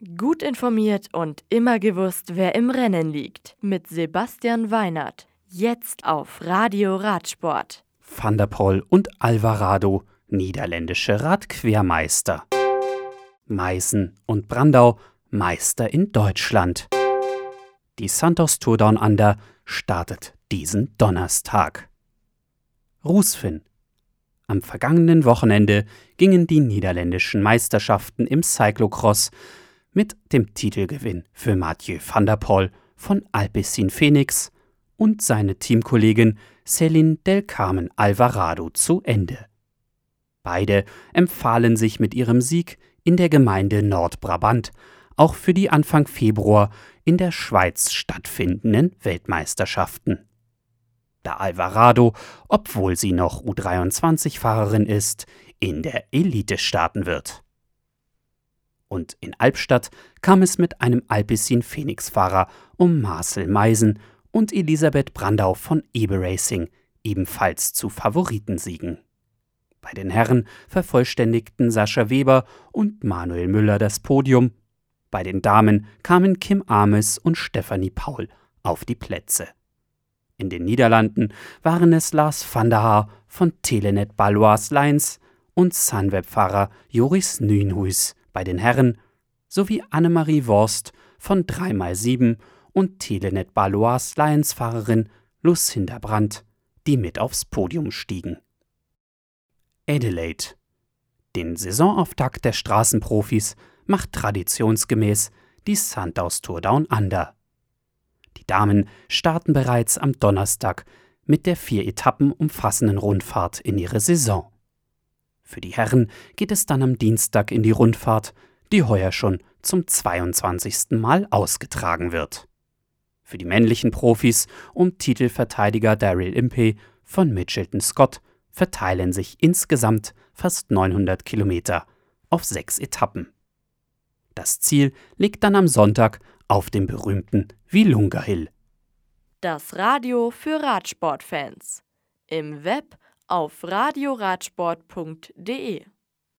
Gut informiert und immer gewusst, wer im Rennen liegt. Mit Sebastian Weinert. Jetzt auf Radio Radsport. Van der Poel und Alvarado, niederländische Radquermeister. Meißen und Brandau, Meister in Deutschland. Die Santos Tour Down Under startet diesen Donnerstag. Roesfin. Am vergangenen Wochenende gingen die niederländischen Meisterschaften im Cyclocross mit dem Titelgewinn für Mathieu van der Poel von Alpecin Fenix und seine Teamkollegin Céline del Carmen Alvarado zu Ende. Beide empfahlen sich mit ihrem Sieg in der Gemeinde Nordbrabant auch für die Anfang Februar in der Schweiz stattfindenden Weltmeisterschaften. Da Alvarado, obwohl sie noch U23-Fahrerin ist, in der Elite starten wird. Und in Albstadt kam es mit einem Alpecin Fenix-Fahrer um Marcel Meißen und Elisabeth Brandau von EBE Racing ebenfalls zu Favoritensiegen. Bei den Herren vervollständigten Sascha Weber und Manuel Müller das Podium. Bei den Damen kamen Kim Ames und Stephanie Paul auf die Plätze. In den Niederlanden waren es Lars van der Haar von Telenet Baloise Lines und Sunweb-Fahrer Joris Nieuwenhuis bei den Herren sowie Annemarie Worst von 3x7 und Telenet Baloise Lions-Fahrerin Lucinda Brandt, die mit aufs Podium stiegen. Adelaide. Den Saisonauftakt der Straßenprofis macht traditionsgemäß die Santos Tour Down Under. Die Damen starten bereits am Donnerstag mit der 4 Etappen umfassenden Rundfahrt in ihre Saison. Für die Herren geht es dann am Dienstag in die Rundfahrt, die heuer schon zum 22. Mal ausgetragen wird. Für die männlichen Profis um Titelverteidiger Daryl Impey von Mitchelton Scott verteilen sich insgesamt fast 900 Kilometer auf 6 Etappen. Das Ziel liegt dann am Sonntag auf dem berühmten Willunga Hill. Das Radio für Radsportfans. Im Web auf radioradsport.de